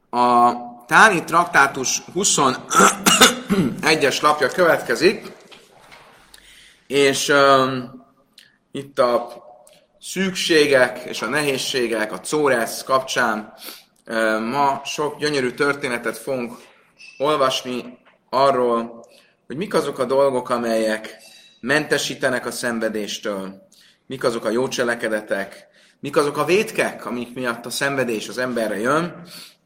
A Táni traktátus 21-es lapja következik, és itt a szűkségek és a nehézségek, a córesz kapcsán ma sok gyönyörű történetet fogunk olvasni arról, hogy mik azok a dolgok, amelyek mentesítenek a szenvedéstől, mik azok a jó cselekedetek, mik azok a vétkek, amik miatt a szenvedés az emberre jön,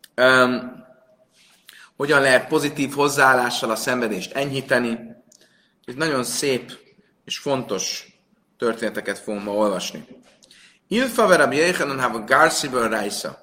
hogyan lehet pozitív hozzáállással a szenvedést enyhíteni. Itt nagyon szép és fontos történeteket fogunk ma olvasni. Ilfa ve Rabbi Yochanan have a Garsibel Raisa.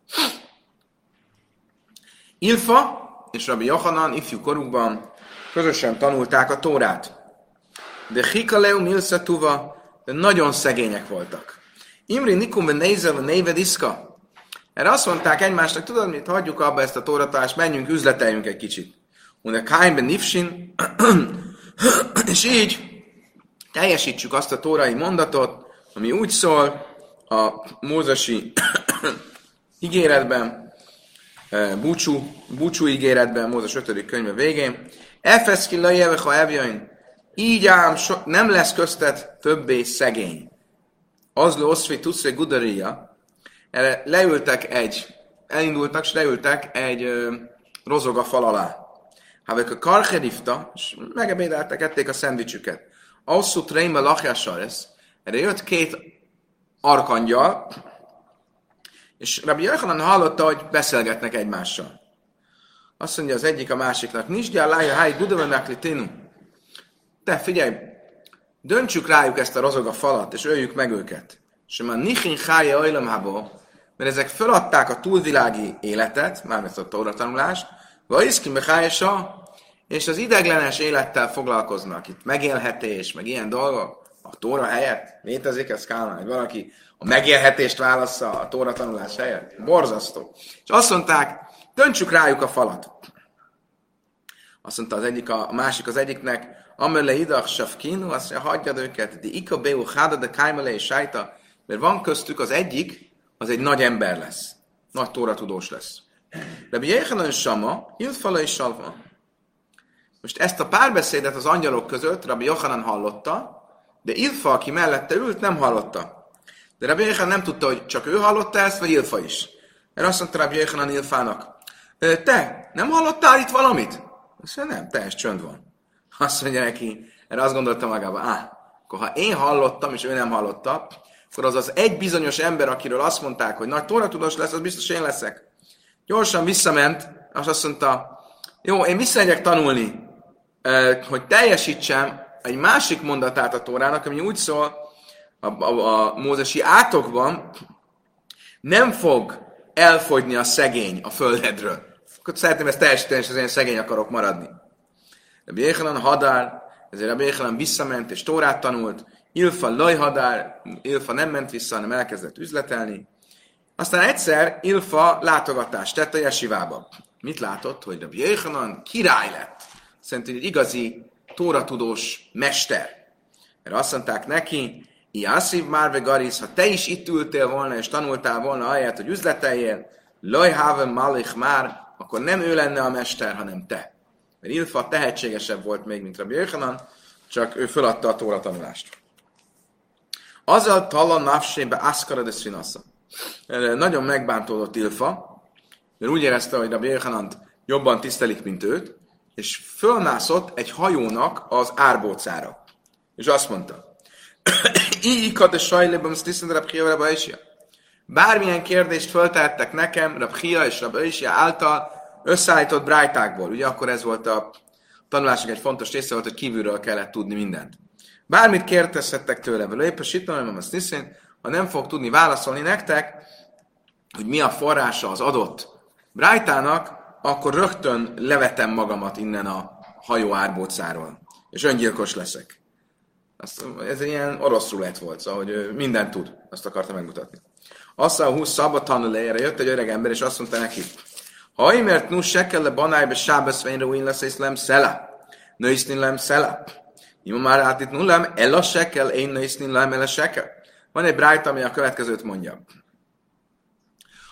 Ilfa és Rabbi Yochanan ifjú korukban közösen tanulták a Tórát. De Hikaleu Milsa Tuva, de nagyon szegények voltak. Imri Nikum ve Neizel ve Neived Iszka. Erre azt mondták egymásnak, tudod mit, hagyjuk abba ezt a tóratást, menjünk, üzleteljünk egy kicsit. Unde Káimben Nifsin, és így teljesítsük azt a tórai mondatot, ami úgy szól a mózesi ígéretben, búcsú ígéretben, Mózes 5. könyve végén. Efeszki lajjevecha evjain, így ám nem lesz köztet többé szegény. Azló oszvi tuszve gudaria, erre elindultak, és leültek egy rozogafal alá. Havek a karcherifta, és megebédeltek, ették a szendvicsüket. Ausszú treimbe lachjásares, erre jött két arkangyal, és Rabbi Yochanan hallotta, hogy beszélgetnek egymással. Azt mondja az egyik a másiknak, Nisgyál lája háj gudavenekli ténu. Te figyelj, döntsük rájuk ezt a rozogafalat, és öljük meg őket. És már nichin hája ajlamhába, mert ezek föladták a túlvilági életet, mármint a tóratanulást, és az ideglenes élettel foglalkoznak. Itt megélhetés, meg ilyen dolgok. A tóra helyett létezik ez Kálmán, hogy valaki a megélhetést válassza a tóratanulás helyett. Borzasztó. És azt mondták, döntsük rájuk a falat. Azt mondta az egyik, a másik az egyiknek, amelle idach savkinu, azt mondja, hagyjad őket, de ika beu háda, de kájmele és sájta, mert van köztük az egyik, az egy nagy ember lesz. Nagy tóratudós lesz. Rabbi Yochanan sama, ilfala és salva. Most ezt a párbeszédet az angyalok között Rabbi Yochanan hallotta, de Ilfa, aki mellette ült, nem hallotta. De Rabbi Yochanan nem tudta, hogy csak ő hallotta ezt, vagy Ilfa is. Mert azt mondta Rabbi Yochanan Ilfának, te, nem hallottál itt valamit? Azt mondja, nem, teljes csönd van. Azt mondja neki, erre azt gondolta magában, akkor ha én hallottam, és ő nem hallotta, akkor az az egy bizonyos ember, akiről azt mondták, hogy nagy tóratudós lesz, az biztos én leszek. Gyorsan visszament, és azt mondta, jó, én visszamegyek tanulni, hogy teljesítsem egy másik mondatát a Tórának, ami úgy szól a mózesi átokban, nem fog elfogyni a szegény a földedről. Akkor szeretném ezt teljesíteni, és az én szegény akarok maradni. Rabbi Yochanan hadár, ezért Rabbi Yochanan visszament, és Tórát tanult, Ilfa lajhadár, Ilfa nem ment vissza, hanem elkezdett üzletelni. Aztán egyszer Ilfa látogatást tett a jesivába. Mit látott? Hogy Rabbi Yochanan király lett. Szerintem egy igazi tóratudós mester. Mert azt mondták neki, Iászív már vegaris, ha te is itt ültél volna és tanultál volna ahelyett, hogy üzleteljél, lajháven malich már, akkor nem ő lenne a mester, hanem te. Mert Ilfa tehetségesebb volt még, mint Rabbi Yochanan, csak ő föladta a tóratanulást. Azzal tallan nafsébe aszkara de szvinasza. Nagyon megbántódott Ilfa, mert úgy érezte, hogy Rabbi Yochanan jobban tisztelik, mint őt, és fölmászott egy hajónak az árbócára. És azt mondta, bármilyen kérdést föltettek nekem Rab Chia és Rab Oishia által összeállított brájtákból. Ugye akkor ez volt a tanulásnak egy fontos része volt, hogy kívülről kellett tudni mindent. Bármit kérdezhettek tőle, vagy éppen sittem, azt hiszem, ha nem fog tudni válaszolni nektek, hogy mi a forrása az adott brájtának, akkor rögtön levetem magamat innen a hajó árbócáról, és öngyilkos leszek. Ez egy ilyen orosz rulett volt, szóval, hogy ő mindent tud. Azt akarta megmutatni. Aztán a 20 szabad lejére jött egy öreg ember, és azt mondta neki, ha imert nu sekel le banájbe sábeszvényre újn lesz észlem szela, nőiszninlem szela. Ima már át itt nullám, ella sekel, én nőiszninlem ella sekel. Van egy brájta, ami a következőt mondja.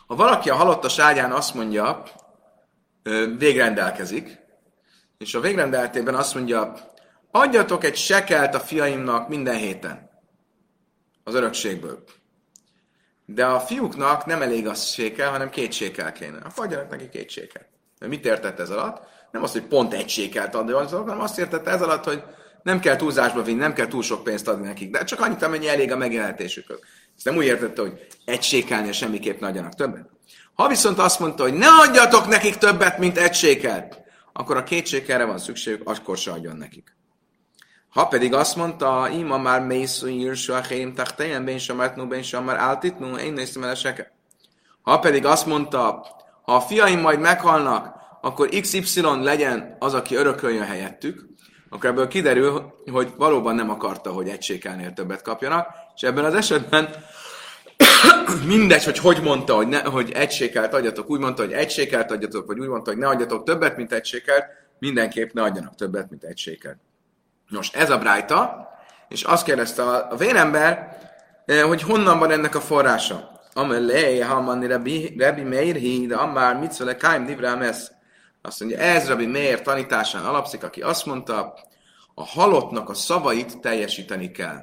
Ha valaki a halottas ágyán azt mondja, végrendelkezik, és a végrendeltében azt mondja, adjatok egy sekelt a fiaimnak minden héten az örökségből. De a fiúknak nem elég az sékel, hanem 2 sékel kéne. Akkor adjanak neki 2 sékel. Mit értett ez alatt? Nem az, hogy pont 1 sékelt adni, hanem azt értette ez alatt, hogy nem kell túlzásba vinni, nem kell túl sok pénzt adni nekik, de csak annyit, amennyi elég a megélhetésükhöz. Ezt nem úgy értette, hogy 1 sékelnél semmiképp ne adjanak többet. Ha viszont azt mondta, hogy ne adjatok nekik többet, mint 1 sékelt, akkor a 2 sékelre van szükségük, akkor se adjon nekik. Ha pedig azt mondta, ima már mészú írsu a hém tachtelyen, ben samartnú, ben samar áltitnú, én néztem el a seke. Ha pedig azt mondta, ha a fiaim majd meghalnak, akkor XY legyen az, aki örököljön helyettük, akkor ebből kiderül, hogy valóban nem akarta, hogy 1 sékelnél többet kapjanak, és ebben az esetben mindegy, hogy mondta, hogy 1 sékelt adjatok, úgy mondta, hogy 1 sékelt adjatok, vagy úgy mondta, hogy ne adjatok többet, mint 1 sékelt, mindenképp ne adjanak többet, mint 1 sékelt. Nos, ez a brájta, és azt kérdezte a vérember, hogy honnan van ennek a forrása. Amelé, Hamani Rabbi Meir híd, Amár Mitzvele Kaim Divrám ez. Azt mondja, ez Rabbi Meir tanításán alapszik, aki azt mondta, a halottnak a szavait teljesíteni kell.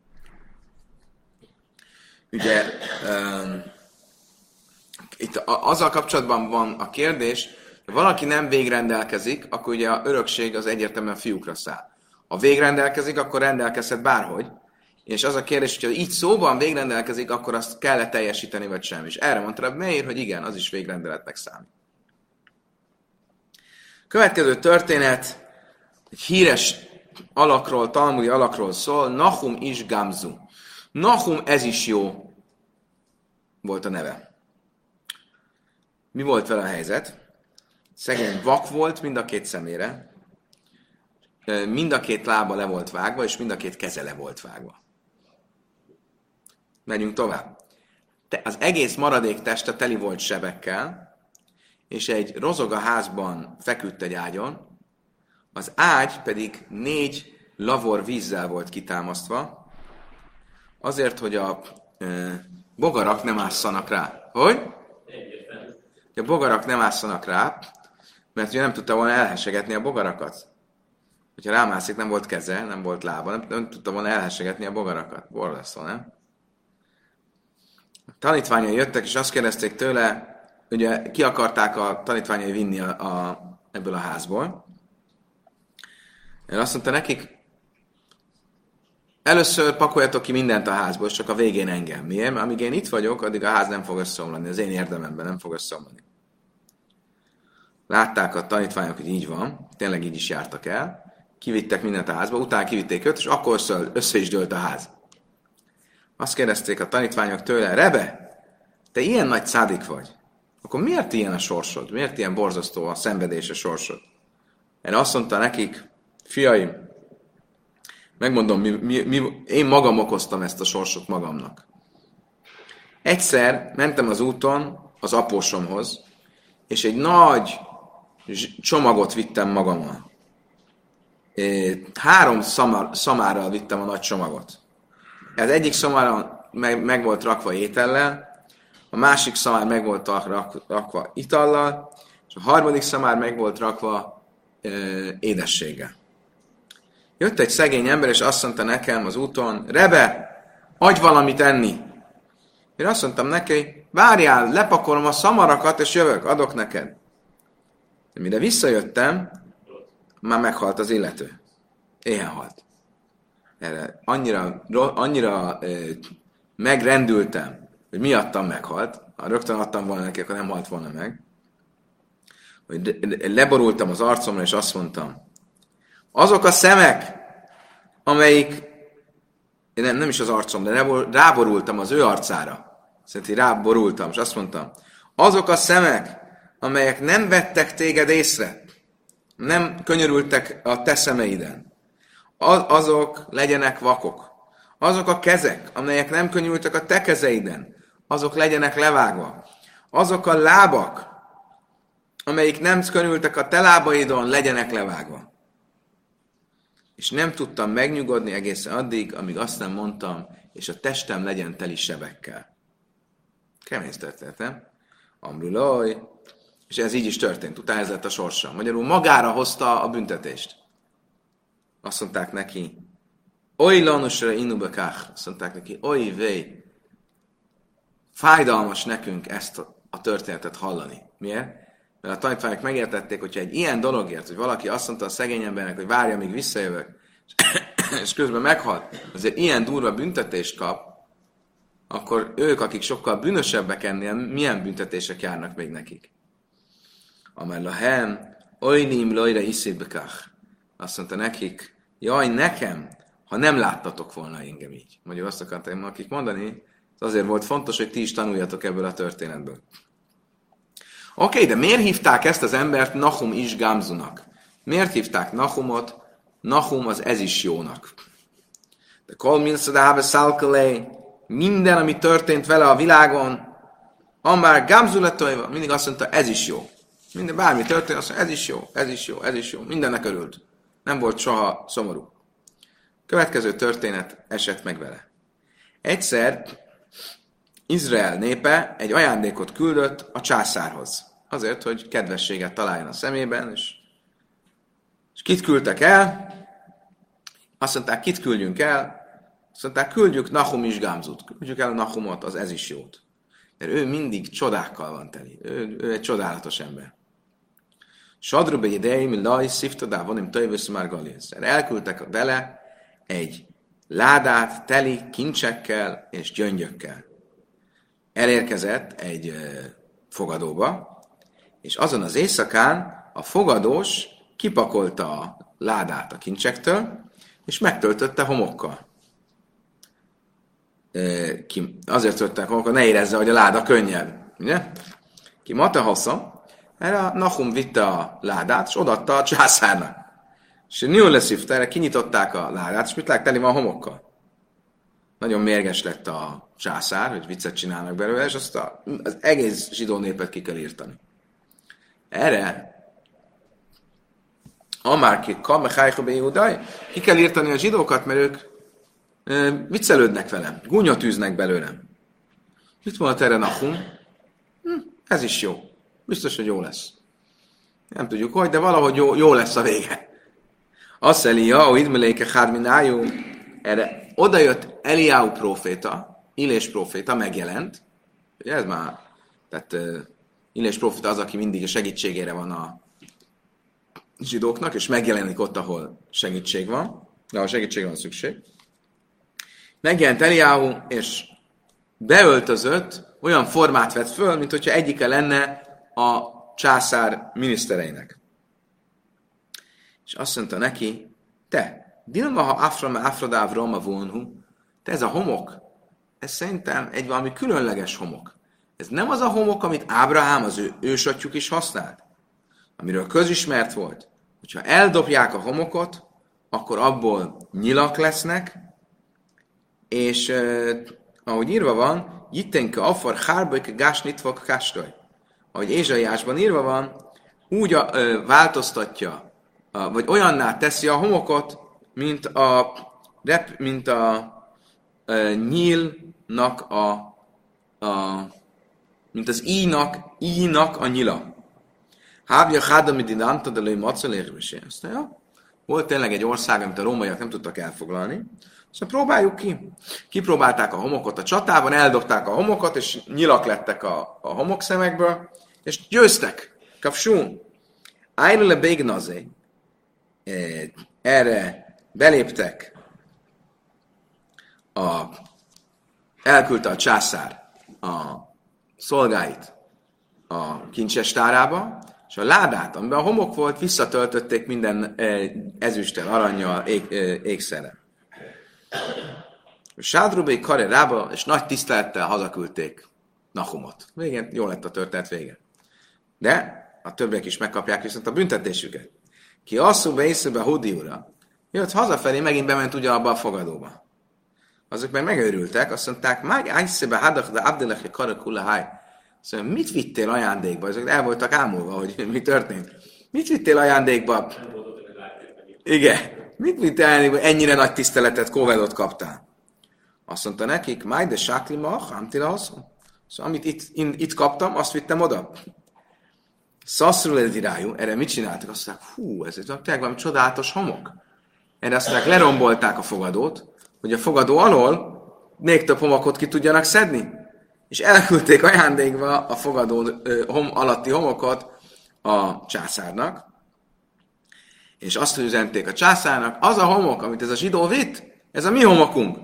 Ugye, itt azzal kapcsolatban van a kérdés, ha valaki nem végrendelkezik, akkor ugye a örökség az egyértelműen fiúkra száll. Ha végrendelkezik, akkor rendelkezhet bárhogy. És az a kérdés, hogyha így szóban végrendelkezik, akkor azt kell-e teljesíteni, vagy sem. És erre mondta Rabbi Meir, hogy igen, az is végrendeletnek számít. Következő történet, egy híres alakról, talmudi alakról szól, Nahum is Gamzu. Nahum, ez is jó volt a neve. Mi volt vele a helyzet? Szegény vak volt mind a 2 szemére, mind a 2 lába le volt vágva, és mind a 2 keze le volt vágva. Megyünk tovább. Az egész maradék teste teli volt sebekkel, és egy rozogaházban feküdt egy ágyon, az ágy pedig 4 lavor vízzel volt kitámasztva, azért, hogy a bogarak nem ásszanak rá. Hogy? A bogarak nem ásszanak rá, mert ugye nem tudta volna elhessegetni a bogarakat. Hogyha rámászik, nem volt keze, nem volt lába, nem tudta volna elhessegetni a bogarakat. Borzasztó, nem? A tanítványai jöttek, és azt kérdezték tőle, ugye ki akarták a tanítványai vinni ebből a házból. Én azt mondta nekik, először pakoljatok ki mindent a házból, csak a végén engem. Miért? Mert amíg én itt vagyok, addig a ház nem fog összeomlani. Az én érdememben nem fog összeomlani. Látták a tanítványok, hogy így van. Tényleg így is jártak el. Kivittek mindent a házba, utána kivitték őt, és akkor össze is dőlt a ház. Azt kérdezték a tanítványok tőle, Rebe, te ilyen nagy szádik vagy. Akkor miért ilyen a sorsod? Miért ilyen borzasztó a szenvedés a sorsod? Én azt mondta nekik, fiaim, megmondom, én magam okoztam ezt a sorsot magamnak. Egyszer mentem az úton az apósomhoz, és egy nagy csomagot vittem magammal. 3 szamárral vittem a nagy csomagot. Az egyik szamáron meg volt rakva étellel, a másik szamár meg volt rakva itallal, és a harmadik szamár meg volt rakva édességgel. Jött egy szegény ember, és azt mondta nekem az úton, Rebe, adj valamit enni. Én azt mondtam neki, várjál, lepakolom a szamarakat, és jövök, adok neked. De mire visszajöttem, már meghalt az illető. Éhen halt. Erre annyira megrendültem, hogy miattam meghalt. Ha rögtön adtam volna neki, akkor nem halt volna meg. Hogy leborultam az arcomra, és azt mondtam, azok a szemek, amelyik, nem is az arcom, de ráborultam az ő arcára. Szerintem ráborultam, és azt mondtam, azok a szemek, amelyek nem vettek téged észre, nem könyörültek a te szemeiden, azok legyenek vakok. Azok a kezek, amelyek nem könyörültek a te kezeiden, azok legyenek levágva. Azok a lábak, amelyik nem könyörültek a te lábaidon, legyenek levágva. És nem tudtam megnyugodni egészen addig, amíg azt nem mondtam, és a testem legyen teli sebekkel. Kemény történet, nem? Amruloj, és ez így is történt, utána ez lett a sorsa. Magyarul magára hozta a büntetést. Azt mondták neki, oly lanusra inubekach, azt mondták neki, oly vej, fájdalmas nekünk ezt a történetet hallani. Miért? Mert a tanítványok megértették, hogyha egy ilyen dologért, hogy valaki azt mondta a szegény embernek, hogy várja, míg visszajövök, és közben meghal, azért ilyen durva büntetést kap, akkor ők, akik sokkal bűnösebbek ennél, milyen büntetések járnak még nekik? Amellahem, olynim lojra iszébekach. Azt mondta nekik, jaj, nekem, ha nem láttatok volna engem így. Magyarul azt akartam akik mondani, ez azért volt fontos, hogy ti is tanuljatok ebből a történetből. Oké, de miért hívták ezt az embert Nahum is Gamzunak? Miért hívták Nahumot? Nahum az ez is jónak. De kol milszadábe szálkalé, minden, ami történt vele a világon, amár Gamzuletojva, mindig azt mondta, ez is jó. Minden, bármi történt, azt mondta, ez is jó, ez is jó, ez is jó. Mindennek örült. Nem volt soha szomorú. Következő történet esett meg vele. Egyszer Izrael népe egy ajándékot küldött a császárhoz. Azért, hogy kedvességet találjon a szemében, és kit küldtek el? Azt mondták, kit küldjünk el? Azt mondták, küldjük Nahum is Gamzut. Küldjük el Nahumot, az ez is jót. Mert ő mindig csodákkal van teli. Ő egy csodálatos ember. Sadrube ideim, laj, sziftodā, vonim töjvös már galész. Elküldtek vele egy ládát teli kincsekkel és gyöngyökkel. Elérkezett egy fogadóba, és azon az éjszakán a fogadós kipakolta a ládát a kincsektől, és megtöltötte homokkal. Azért töltöttek homokkal, ne érezze, hogy a láda könnyebb. Ugye? Ki matahaszom, erre a Nahum vitte a ládát, és odaadta a császárnak. És Niul leszívta, erre kinyitották a ládát, és mit lát, teli van homokkal. Nagyon mérges lett a császár, hogy viccet csinálnak belőle, és azt az egész zsidó népet ki kell írtani. Erre Amárki, Kamechajchobe Judaj, ki kell írtani a zsidókat, mert ők viccelődnek velem, gúnyot űznek belőlem. Mit mondott erre Nahum? Ez is jó. Biztos, hogy jó lesz. Nem tudjuk hogy, de valahogy jó lesz a vége. Azt Elia, hogy idmeléke hárminájú, erre odajött Eliáhu próféta, Illés próféta megjelent. Ugye ez már, tehát Illés próféta az, aki mindig a segítségére van a zsidóknak, és megjelenik ott, ahol segítség van, de ahol segítségre van szükség. Megjelent Eliáhu, és beöltözött, olyan formát vett föl, mint hogyha egyike lenne a császár minisztereinek. És azt mondta neki, te, Dilma, ha Afrodáv Roma vonhu, te ez a homok, ez szerintem egy valami különleges homok. Ez nem az a homok, amit Ábrahám, az ő ősatyjuk is használt, amiről közismert volt, hogyha eldobják a homokot, akkor abból nyilak lesznek, és ahogy írva van, Jittenke afar hárböjke gásnitvak kástoj. Ahogy Ézsaiásban írva van, úgy változtatja, vagy olyanná teszi a homokot, mint a nyílnak mint az íjnak a nyila. Hábja hádami dinanta, de lőj macolérvesé. Volt tényleg egy ország, amit a rómaiak nem tudtak elfoglalni. Szóval próbáljuk ki. Kipróbálták a homokot a csatában, eldobták a homokot, és nyilak lettek a homokszemekből, és győztek. Kapsún. Ájlele bégnazé. Erre beléptek, elküldte a császár a szolgáit a kincsestárába, és a ládát, amiben a homok volt, visszatöltötték minden ezüsttel, arannyal, ékszerrel. Sádrubék karerába, és nagy tisztelettel hazaküldték Nahumot. Végén jó lett a történet vége. De a többiek is megkapják viszont a büntetésüket. Ki asszú észre Hudiúra, jött hazafelé, megint bement ugyanabba a fogadóba. Azok meg megőrültek, azt mondták, máj ájszébe hadach, de abdelech karakula háj. Szóval mit vittél ajándékba? Azok el voltak ámulva, hogy mi történt. Mit vittél ajándékba? Igen. Mit vittél ajándékba? Ennyire nagy tiszteletet, kóvedot kaptál. Azt mondta nekik, máj de sákli ma, hámtila haszon. Szóval amit itt kaptam, azt vittem oda. Szaszról ez irájú, erre mit csináltak? Azt mondták, hú, ez tényleg valami csodálatos homok. Erre azt mondták, lerombolták a fogadót, hogy a fogadó alól még több homokot ki tudjanak szedni. És elküldték ajándékba a fogadó alatti homokot a császárnak, és azt üzenték a császárnak, az a homok, amit ez a zsidó vitt, ez a mi homokunk.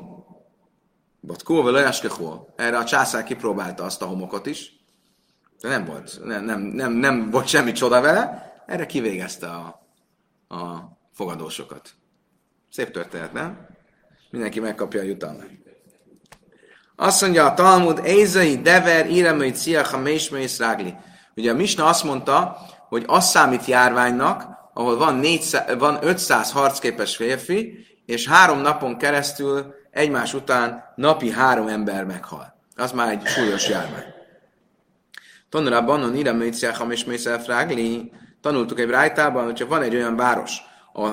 Erre a császár kipróbálta azt a homokot is, de nem volt semmi csoda vele, erre kivégezte a fogadósokat. Szép történet, nem? Mindenki megkapja a jutalmát. Azt mondja a Talmud, Ézai, Dever, Iremai, Ciach, Mésmei, Rágli. Ugye a Misna azt mondta, hogy az számít járványnak, ahol van 500 harcképes férfi, és 3 napon keresztül egymás után napi 3 ember meghal. Az már egy súlyos járvány. Tanulában, Iremai, Ciach, Mésmei, Rágli, tanultuk egy rájtában, hogyha van egy olyan város, a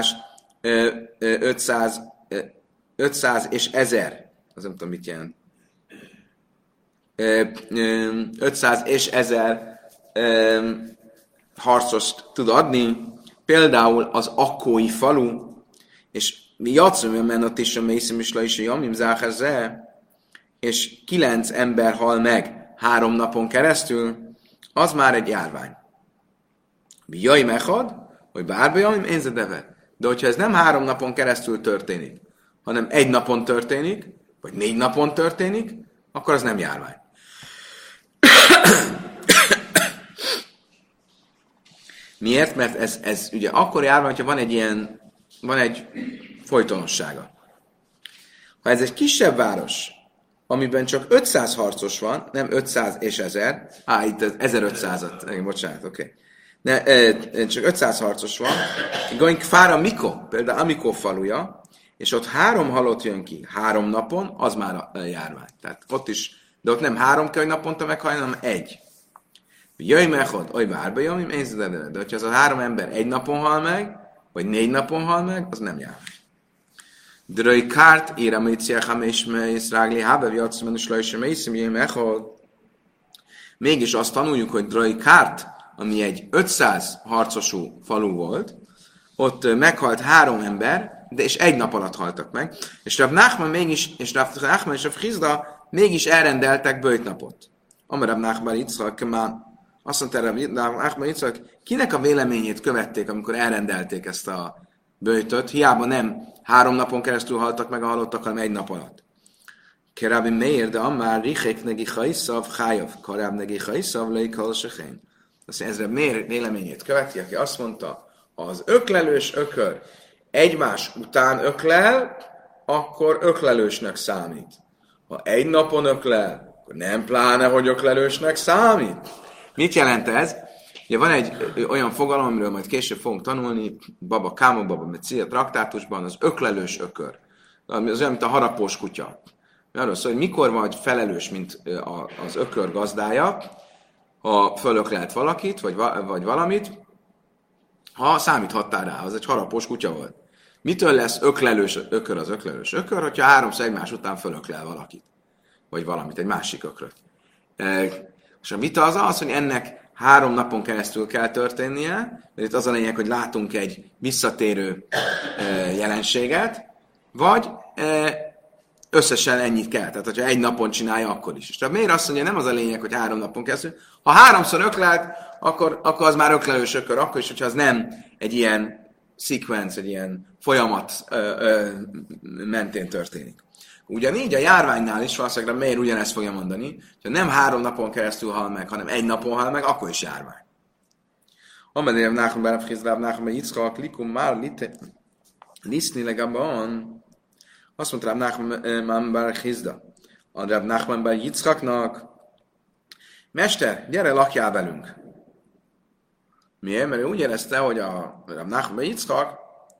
500 és 1000, az nem tudom, mit jelent. 500 és 1000 harcost tud adni, például az Akkói falu, és mi játszom, mert is a Mészim is a Jamim Záhezze, és 9 ember hal meg 3 napon keresztül, az már egy járvány. Mi jaj mechad, hogy bárba Jamim énzedeve. De hogyha ez nem 3 napon keresztül történik, hanem 1 napon történik, vagy 4 napon történik, akkor az nem járvány. Miért? Mert ez ugye akkor járvány, hogyha van egy folytonossága. Ha ez egy kisebb város, amiben csak 500 harcos van, nem 500 és 1000, itt 1500-at, bocsánat, oké. Csak 500 harcos van, Goink Fára Miko, például Amikor faluja, és ott 3 halott jön ki 3 napon, az már a járvány. Tehát ott is, de ott nem 3 kell, hogy naponta meghaljon, hanem 1. Jöjj mechod, oly bárba jön, de hogyha az a 3 ember 1 napon hal meg, vagy 4 napon hal meg, az nem járvány. Dröj kárt, ér a méciáha és mész rágli, hábev játszom, és lajsem észem, jöjj mechod. Mégis azt tanuljuk, hogy Dröj kárt, ami egy 500 harcosú falu volt, ott meghalt 3 ember, de és 1 nap alatt haltak meg, és Rav Nachman és Rav Chizda mégis elrendeltek böjtnapot. Amar Rav Nachman Yitzchak, azt mondta Rav Nachman Yitzchak, kinek a véleményét követték, amikor elrendelték ezt a böjtöt, hiába nem 3 napon keresztül haltak meg a halottak, hanem 1 nap alatt. Kerabi Meir, de Amár Richek negi Chaiszav, Chájav, Karáb negi Chaiszav, Leikal Sechén. Azt mondja, ezre Meir véleményét követi, aki azt mondta, az öklelős ökör egymás után öklel, akkor öklelősnek számít. Ha 1 napon öklel, akkor nem pláne, hogy öklelősnek számít. Mit jelent ez? Ugye van egy olyan fogalom, amiről majd később fogunk tanulni, Baba Káma, Baba Mecia traktátusban, az öklelős ökör. Az olyan, mint a harapós kutya. Arról szól, hogy mikor vagy felelős, mint az ökör gazdája, ha fölöklelt valakit, vagy valamit, ha számíthattál rá, az egy harapós kutya volt. Mitől lesz öklelős ökör az öklelős ökör, hogyha 3-szor egymás után fölöklel valakit, vagy valamit, egy másik ökröt. És a vita az, hogy ennek 3 napon keresztül kell történnie, mert itt az a lényeg, hogy látunk egy visszatérő jelenséget, vagy összesen ennyit kell. Tehát, hogyha 1 napon csinálja, akkor is. És tehát miért azt mondja, nem az a lényeg, hogy 3 napon keresztül. Ha 3-szor öklelt, akkor az már öklelős ökör, akkor is, hogyha az nem egy ilyen sequence, egy ilyen folyamat mentén történik. Ugyanígy a járványnál is valószínűleg miért ugyanezt fogja mondani, hogy nem 3 napon keresztül hal meg, hanem 1 napon hal meg, akkor is járvány. Amelyev Nachman Barav Chizda, Nachman Yitzchak, Likum már liszni legabban. Azt mondta Rav Nachman Bar Chizda, a Rav Nachman Bar Yitzchaknak, Mester, gyere, lakjál velünk. Miért? Mert ő úgy érezte, hogy a Rav Nachman Bar Yitzchak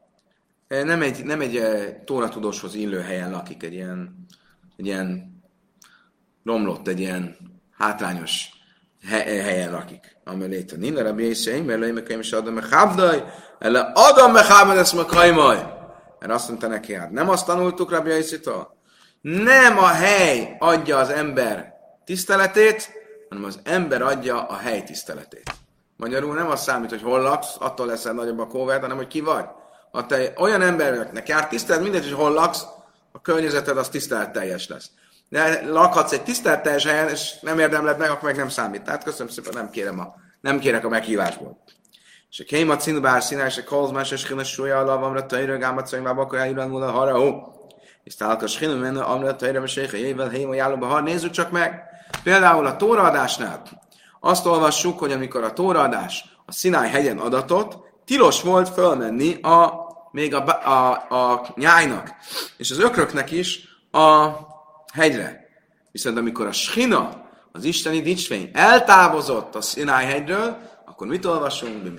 nem egy tóratudóshoz illő helyen lakik, egy ilyen romlott, egy ilyen hátrányos helyen lakik. Amely létre Nilla Rabbi Yisrael, mert lejmekeim is adom mechavdaj, ele adom mechavdesz mekajmaj. Mert azt mondta neki, hát nem azt tanultuk Rabbi Yisrael-től? Nem a hely adja az ember tiszteletét, hanem az ember adja a hely tiszteletét. Magyarul nem az számít, hogy hol laksz, attól leszel nagyobb a kóvert, hanem hogy ki vagy. Ha te olyan embernek jár tisztelet, mindegy, hogy hol laksz, a környezeted az tiszteletteljes lesz. De lakhatsz egy tiszteletteljes helyen, és nem érdemled meg, akkor meg nem számít. Tehát köszönöm szépen, nem kérek a meghívásból. És a kéma cinubár színál, és a kolzmás, és a súlya alavamra, tajra, gámacajmába, akkor eljön múlva harahó. És tálkas hinu menő, amra, tajra, meséke, jével, héma, jálóba, har, nézzük csak meg. Például a tóraadásnál azt olvassuk, hogy amikor a tóraadás a Szináj hegyen adatott, tilos volt fölmenni még a nyájnak, és az ökröknek is a hegyre. Viszont amikor a Shina, az isteni dicsfény eltávozott a Szináj hegyről, akkor mit olvasunk?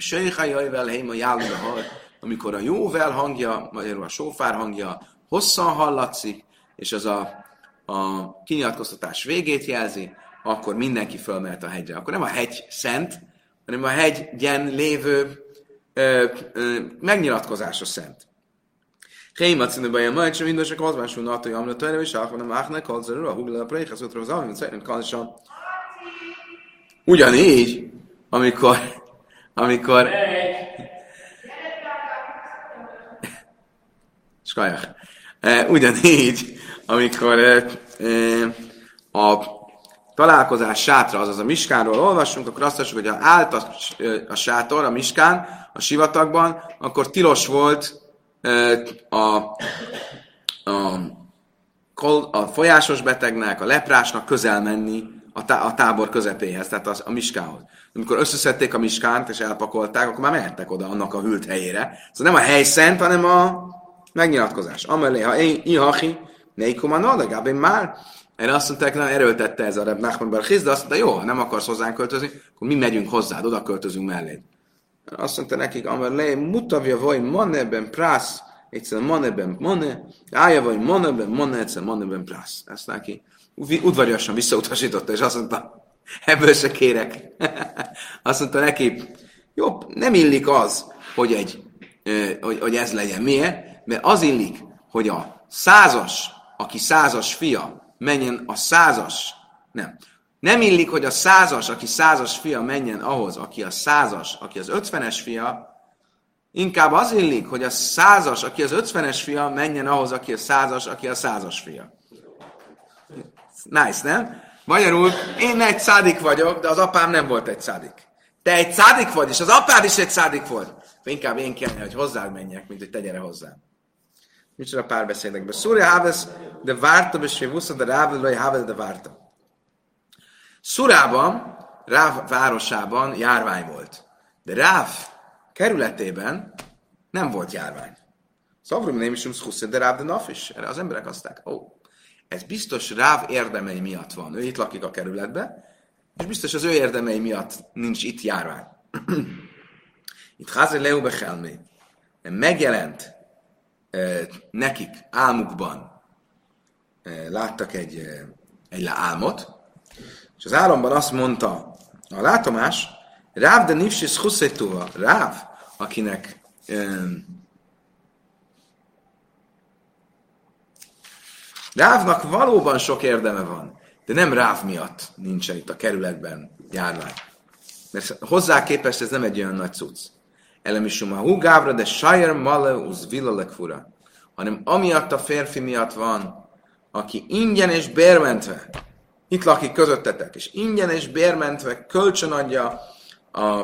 Amikor a jóvel hangja, magyarul a sófár hangja hosszan hallatszik, és az a kinyilatkoztatás végét jelzi, akkor mindenki fölmehet a hegyre. Akkor nem a hegy szent, hanem a hegyen lévő megnyilatkozása szent. Héjmacinu bajja majd sem mindosek hozmású natai amlatajra, és nem áhnek halzarul, a huglal a préhez útra az amit szeretném kallisan. Ugyanígy, amikor skajach. Ugyanígy, amikor a találkozás sátra, azaz a miskánról olvassunk, akkor azt mondjuk, hogy ha állt a sátor, a miskán, a sivatagban, akkor tilos volt a folyásos betegnek, a leprásnak közel menni a tábor közepéhez, tehát a miskához. Amikor összeszedték a miskánt és elpakolták, akkor már mehettek oda annak a hűlt helyére. Szóval nem a hely szent, hanem a megnyilatkozás. Amelé, ha ihachi, neikuman legalább én már. Erre azt mondták, nem erőltette ez a Reb Nachman bar Chizda, azt mondta, jó, ha nem akarsz hozzánk költözni, akkor mi megyünk hozzád, oda költözünk melléd. Azt mondta nekik, amelé, mutavja vagy maneben prász, egyszer maneben mone, állja vagy maneben mone, egyszer maneben prász. Ezt neki udvariasan visszautasította, és azt mondta, ebből se kérek. Azt mondta neki, jobb, nem illik az, hogy ez legyen. Miért? Mert az illik, hogy a százas, aki százas fia, menjen a százas, nem illik, hogy a százas, aki százas fia menjen ahhoz, aki a százas, aki az 50-es fia, inkább az illik, hogy a százas, aki az 50-es fia, menjen ahhoz, aki a százas, aki a százas fia. Nice, nem? Magyarul, én egy szádik vagyok, de az apám nem volt egy szádik. Te egy szádik vagy, és az apád is egy szádik volt. Inkább én kellene, hogy hozzád menjek, mint hogy te gyere hozzám. Micsoda párbeszédekben. Szúrja Hávesz, de várta, és Vusza, de Rávelaj Hávesz, de várta. Szurában, Ráv városában járvány volt. De Ráv kerületében nem volt járvány. Szavrum nem is Husza, de Ráv de Nafis. Erre az emberek azták, ez biztos Ráv érdemei miatt van. Ő itt lakik a kerületben, és biztos az ő érdemei miatt nincs itt járvány. Itt Házi Leu Bechelmi megjelent nekik álmukban, láttak egy álmot, és az álomban azt mondta a látomás, Ráv de Nifsis Huszétúva, Ráv, akinek Rávnak valóban sok érdeme van, de nem Ráv miatt nincsen itt a kerületben járvány. Mert hozzá képest ez nem egy olyan nagy cucc. Elemisuma húgávra, de sajer male uz villalek fura. Hanem amiatt a férfi miatt van, aki ingyen és bérmentve, itt lakik közöttetek, és ingyen és bérmentve kölcsönadja a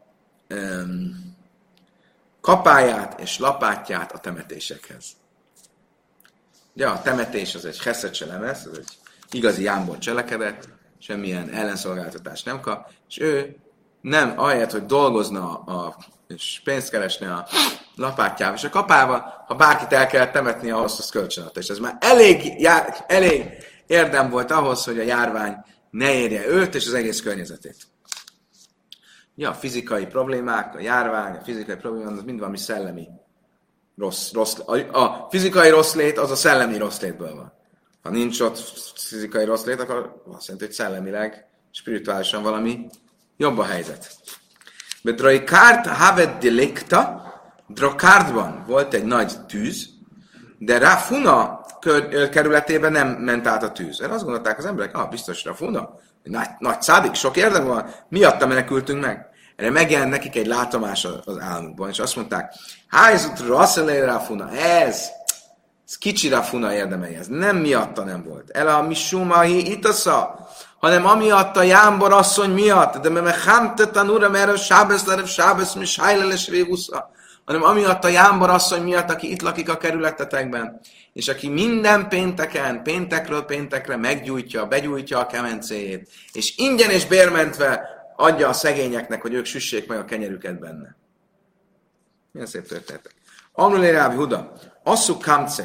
kapáját és lapátját a temetésekhez. Ugye a temetés az egy cheszed se lemez, az egy igazi jámbor cselekedet, semmilyen ellenszolgáltatást nem kap, és ő nem, ahelyett, hogy dolgozna és pénzt keresne a lapátjával és a kapával, ha bárkit el kell temetni, ahhoz az kölcsönadta. És ez már elég érdem volt ahhoz, hogy a járvány ne érje őt és az egész környezetét. Ja, a fizikai problémák, a járvány, a fizikai problémák, az mind valami szellemi rossz. A fizikai rossz lét, az a szellemi rossz létből van. Ha nincs ott fizikai rossz lét, akkor azt jelenti, hogy szellemileg, spirituálisan valami jobb a helyzet. De Draikárt havet delikta, Drakártban volt egy nagy tűz, de Ráfuna kerületében nem ment át a tűz. Erre azt gondolták az emberek, biztos Rafuna, nagy szádik, sok érdem van, miatta menekültünk meg. Erre megjelent nekik egy látomás az álmukban, és azt mondták, hájzut rasszalé Rafuna, ez kicsi Rafuna érdemei, ez nem miatta nem volt. El a misumahi itasza, hanem amiatt a Jámbor asszony miatt, de mehamte tanúra, mert a sábesz, mi sájleles révusza, hanem amiatt a Jámbor asszony miatt, aki itt lakik a kerületetekben, és aki minden péntekről péntekre begyújtja a kemencéjét, és ingyen és bérmentve adja a szegényeknek, hogy ők süssék meg a kenyerüket benne. Milyen szép történetek. Amrulé Rábi Huda, asszuk kamcé.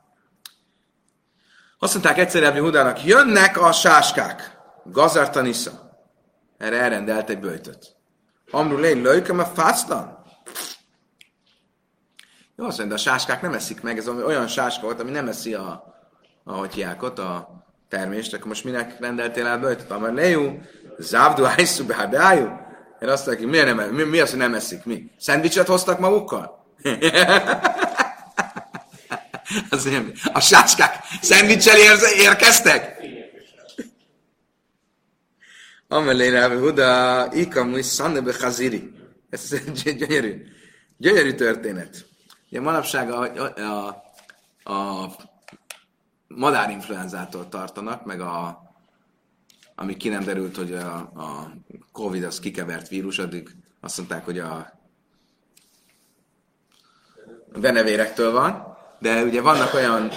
Azt mondták egyszer Rábi Hudának, jönnek a sáskák, gazartanisza. Erre elrendelt egy böjtöt. Amrulé, löjköm a fásztan? Jó, azt mondja, a sáskák nem eszik meg, ez olyan sáska volt, ami nem eszi a termést, akkor most minek rendeltél el böjtöt? Amrulé, závdu ájszú behádájú? Én azt mondják, mi az, hogy nem eszik? Mi? Szendvicset hoztak magukkal? A sáskák szendvicsel érkeztek? Amelé Rábi Huda, ikamui szannebe chaziri. Ez egy gyönyörű történet. Ugye manapság a madárinfluenzától tartanak, meg ami ki nem derült, hogy a Covid az kikevert vírus, addig azt mondták, hogy a benevérektől van, de ugye vannak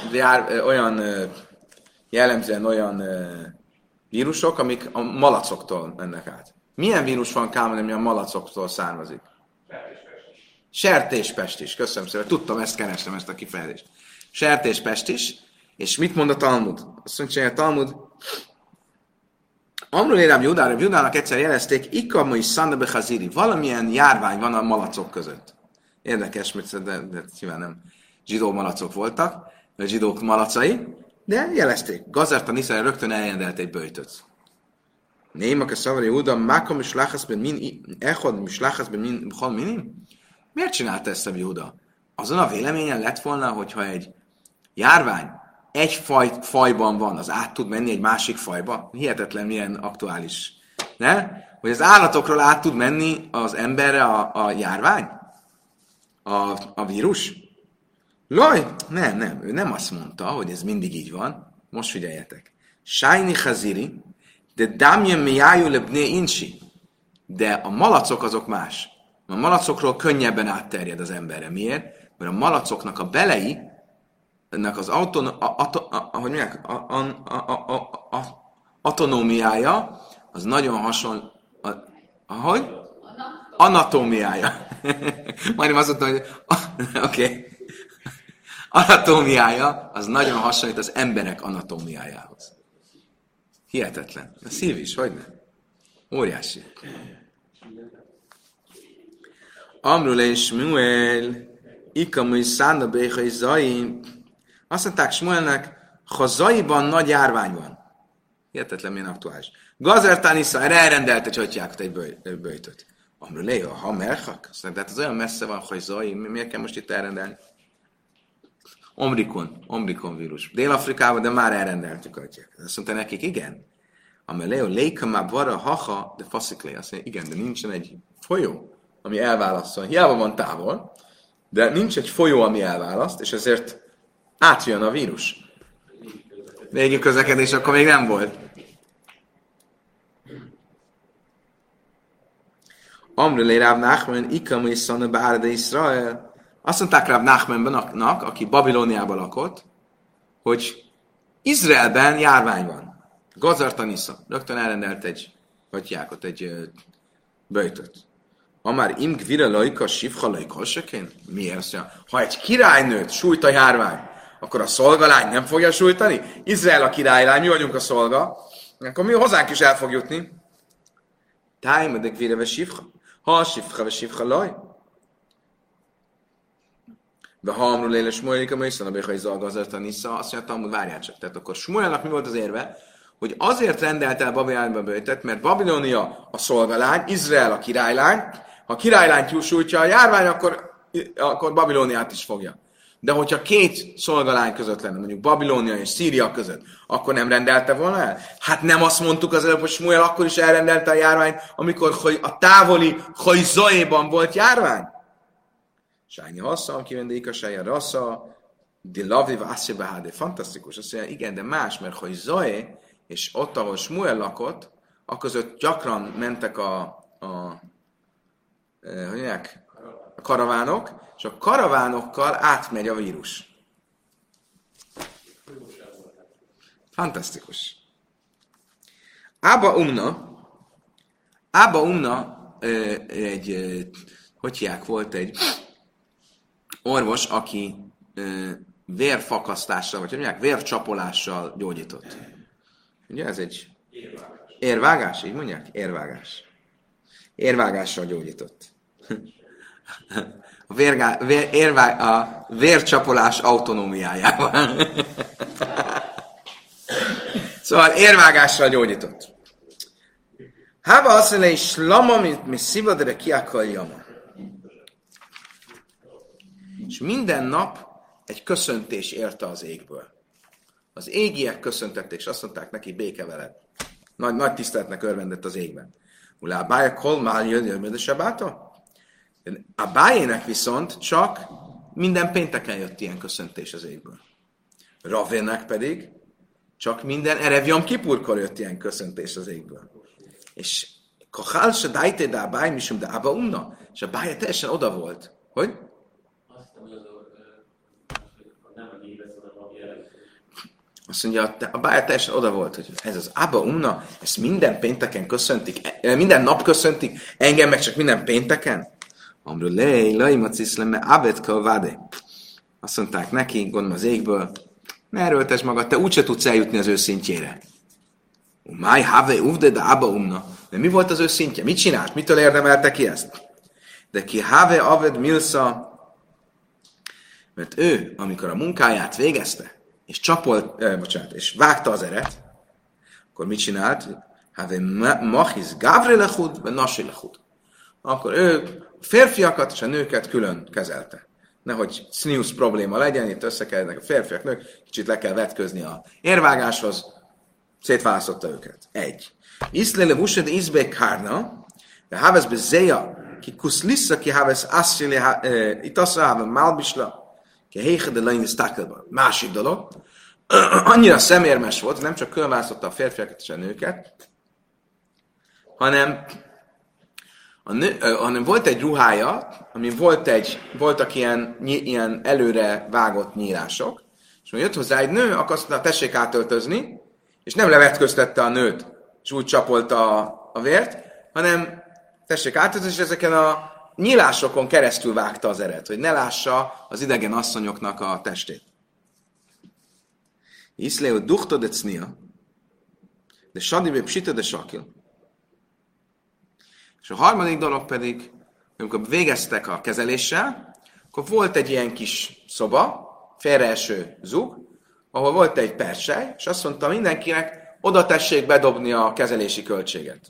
jellemzően olyan vírusok, amik a malacoktól mennek át. Milyen vírus van, Kálmán, ami a malacoktól származik? Sertéspestis. Köszönöm szépen. Tudtam, kerestem ezt a kifejezést. Sertéspestis. És mit mond a Talmud? Azt mondja, a Talmud Amrul érám Judának egyszer jelezték, ikamai szandabe chaziri. Valamilyen járvány van a malacok között. Érdekes, de nyilván nem zsidó malacok voltak, vagy zsidók malacai, de jelezték. Gazarta Niszai rögtön eljendelt egy böjtöt. Némak a szavari Júda, mákom is láhászben min, echod is láhászben min, hol minim? Miért csinálta ezt a Júda? Azon a véleményen lett volna, hogyha egy járvány egy fajban van, az át tud menni egy másik fajba? Hihetetlen, milyen aktuális. Ne? Hogy az állatokról át tud menni az emberre a járvány? A vírus? Laj, nem. Ő nem azt mondta, hogy ez mindig így van. Most figyeljetek. Sájni chaziri, de dámjen miájú lebné insi. De a malacok azok más. A malacokról könnyebben átterjed az emberre. Miért? Mert a malacoknak a belei, ennek az autonómiája, az nagyon hasonló. Ahogy? Anatómiája. Majdnem azt mondtam, hogy oké. Anatómiája az nagyon hasonlít az emberek anatómiájához. Hihetetlen. A szív is, hogy nem? Óriási. Amrul és Shmuel, ikamui szánda béhai zai. Azt mondták Shmuelnek, ha zaiban nagy járvány van. Hihetetlen, milyen aktuális. Gazertánisza, erre elrendelt egy hatjákat egy böjtöt. Amrul, ha merhak? Azt mondták, de hát az olyan messze van, hogy zai, miért kell most itt elrendelni? Omrikon vírus. Dél-Afrikában, de már elrendeltük atyák. Azt mondta nekik, igen. Ameleo leikamá vara haha, de fasziklé. Azt mondja, igen, de nincsen egy folyó, ami elválaszol. Hiába van távol, de nincs egy folyó, ami elválaszt, és ezért átjön a vírus. Légi közlekedés akkor még nem volt. Amrulé Ráv Nachman, ikamai szana bárde Iszrael. Azt mondták Ráv Nachmannak, aki Babilóniában lakott, hogy Izraelben járvány van. Gazartanisza. Rögtön elrendelt egy böjtöt. Amár imgvira lajka, sivha lajka, hasekén? Miért azt mondja? Ha egy királynőt sújt a járvány, akkor a szolgalány nem fogja sújtani? Izrael a királylány, mi vagyunk a szolga, akkor mi hozzánk is el fog jutni. Tájma de gvira ve sivha. Ha sivha ve sivha laj. De ha amrul léle Smuelik, amely iszana béhai zalgazartanisza, azt mondja, Talmud, várjál csak. Tehát akkor Smuelnak mi volt az érve? Hogy azért rendelt el Babilóniába böjtöt, mert Babilónia a szolgalány, Izrael a királylány. Ha a királylány sújtja a járvány, akkor Babilóniát is fogja. De hogyha két szolgalány között lenne, mondjuk Babilónia és Szíria között, akkor nem rendelte volna el? Hát nem azt mondtuk az előbb, hogy Smuel akkor is elrendelte a járványt, amikor a távoli Zoéban volt járvány. Sányi Hassza, aki vendéka, Sája Rassza, de Laviv Asszebehádé. Fantasztikus. Azt mondja, igen, de más, mert Zoé, és ott, ahol Smuel lakott, aközött gyakran mentek a karavánok, és a karavánokkal átmegy a vírus. Fantasztikus. Ába Umna volt egy orvos, aki vérfakasztással, vagy mondják, vércsapolással gyógyított. Ugye ez egy érvágás, így mondják? Érvágás. Érvágással gyógyított. A vércsapolás autonómiájával. Szóval érvágással gyógyított. Hába azt mondja, és lama, mi szívadra kiákaljama. És minden nap egy köszöntés érte az égből. Az égiek köszöntették, és azt mondták neki, béke veled. Nagy tiszteletnek örvendett az égben. Ulá a bája kol már jön a sabáta? A bájének viszont csak minden pénteken jött ilyen köszöntés az égből. Ravének pedig csak minden Erev Jom Kipurkor jött ilyen köszöntés az égből. És Kachál se dájté, de a báj misum, de Ába Umna. És a bája teljesen oda volt. Hogy? Azt mondja, a bája teljesen oda volt, hogy ez az Ába Umna, ezt minden pénteken köszöntik, minden nap köszöntik, engem meg csak minden pénteken. Amru lej, lajmaciszleme, abetka vade. Azt mondták neki, gondolom az égből, ne erőltesd magad, te úgyse tudsz eljutni az ő szintjére. Máj have uvde de Ába Umna. De mi volt az ő szintje? Mit csinált? Mitől érdemelte ki ezt? De ki have aved milsa, mert ő, amikor a munkáját végezte, és és vágta az eret, akkor mit csinált? Have machiz gavre lechud, vagy nasi lechud. Akkor ő a férfiakat és a nőket külön kezelte. Nehogy snooze probléma legyen, itt összekerülnek a férfiak, nők, kicsit le kell vetközni a érvágáshoz, szétválasztotta őket. Egy. Iszlele vused izbe kárna, de havesz bezeja, ki kuszlissa, ki havesz asszile, itasza have malbisla, ki héhe de lein isztákelba. Másik dolog, annyira szemérmes volt, nem csak különválasztotta a férfiakat és a nőket, hanem volt egy ruhája, ami voltak ilyen előre vágott nyílások, és when jött hozzá egy nő, akkor azt mondta, tessék átöltözni, és nem levetköztette a nőt, és úgy csapolta a vért, hanem tessék átöltözni, és ezeken a nyílásokon keresztül vágta az eret, hogy ne lássa az idegen asszonyoknak a testét. Iszleu duchta de cnia, de sadibe psita de sakil. És a harmadik dolog pedig, amikor végeztek a kezeléssel, akkor volt egy ilyen kis szoba, félreeső zug, ahol volt egy persely, és azt mondta mindenkinek, oda tessék bedobni a kezelési költséget.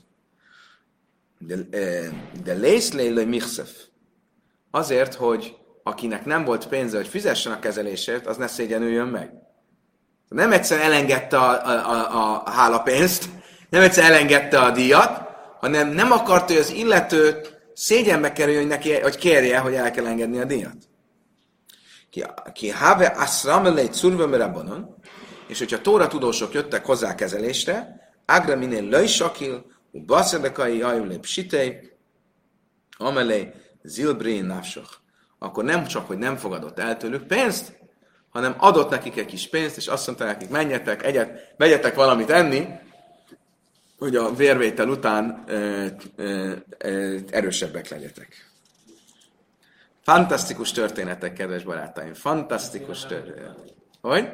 De lészlélő michszef. Azért, hogy akinek nem volt pénze, hogy fizessen a kezelésért, az ne szégyenüljön meg. Nem egyszerűen elengedte a hálapénzt, nem egyszerűen elengedte a díjat, hanem nem akart, hogy az illető szégyenbe kerüljön neki, hogy kérje, hogy el kell engedni a díjat. Ki have asramelei curve rabbanon, és hogyha tóra tudósok jöttek hozzá kezelésre, agra minél löjsakil, baszedekai ajulé psitei, amelé zilbrén nafsok. Akkor nem csak, hogy nem fogadott el tőlük pénzt, hanem adott nekik egy kis pénzt, és azt mondta nekik, menjetek, vegyetek valamit enni, hogy a vérvétel után erősebbek legyetek. Fantasztikus történetek, kedves barátaim. Fantasztikus történetek. Hogy?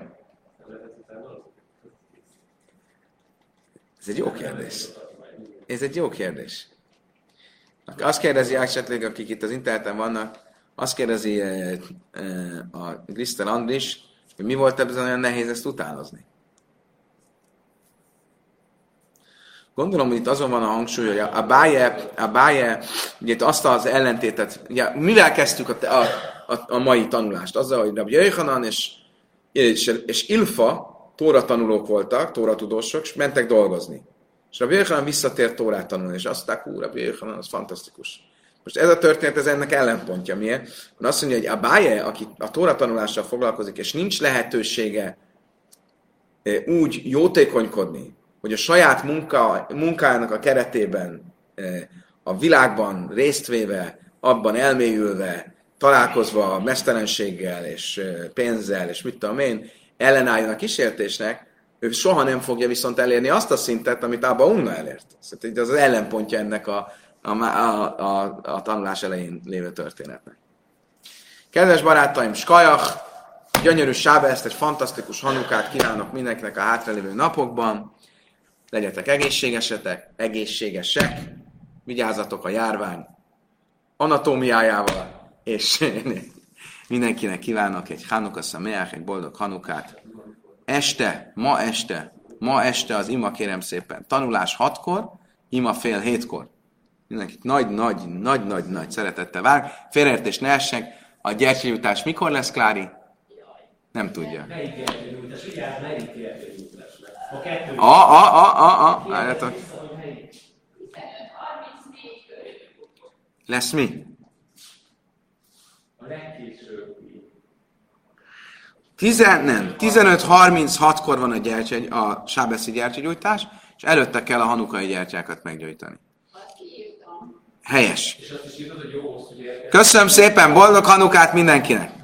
Ez egy jó kérdés. Ez egy jó kérdés. Azt kérdezi esetleg, akik itt az interneten vannak, azt kérdezi a Grisztel Andris, hogy mi volt ebben olyan nehéz ezt utánozni. Gondolom, hogy itt azon van a hangsúly, hogy a báje, ugye itt azt az ellentétet, ugye, mivel kezdtük a mai tanulást? Azzal, hogy Rabbi Yochanan és Ilfa tóra tanulók voltak, tóra tudósok, és mentek dolgozni. És Rabbi Yochanan visszatért tórát tanulni, és azt mondták, Rabbi Yochanan, az fantasztikus. Most ez a történet, ez ennek ellenpontja. Miért? Azt mondja, hogy a báje, aki a tóra tanulással foglalkozik, és nincs lehetősége úgy jótékonykodni, hogy a saját munkájának a keretében, a világban részt véve, abban elmélyülve, találkozva mesztelenséggel és pénzzel, és mit tudom én, ellenálljon a kísértésnek, ő soha nem fogja viszont elérni azt a szintet, amit Abba Unna elért. Szóval ez az ellenpontja ennek a tanulás elején lévő történetnek. Kedves barátaim, skajach, gyönyörű sábeszt, egy fantasztikus hanukát kívánok mindenkinek a hátralévő napokban. Legyetek egészségesek, vigyázzatok a járvány anatómiájával, és mindenkinek kívánok egy Hanuka Sameach, egy boldog Hanukát. Ma este az ima, kérem szépen, tanulás 6-kor, ima fél 7-kor. Mindenkit nagy szeretettel vár. Félreértés ne essenek. A gyertyanyújtás mikor lesz, Klári? Nem tudja. Melyik gyertyanyújtás? Vigyázz, melyik gyertyanyújtás? A kettő. Várjátok. Lesz mi? A legkésőbb. 15:36-kor van a sábeszi gyertyagyújtás, és előtte kell a hanukai gyertyákat meggyújtani. Helyes. Köszönöm szépen, boldog Hanukát mindenkinek!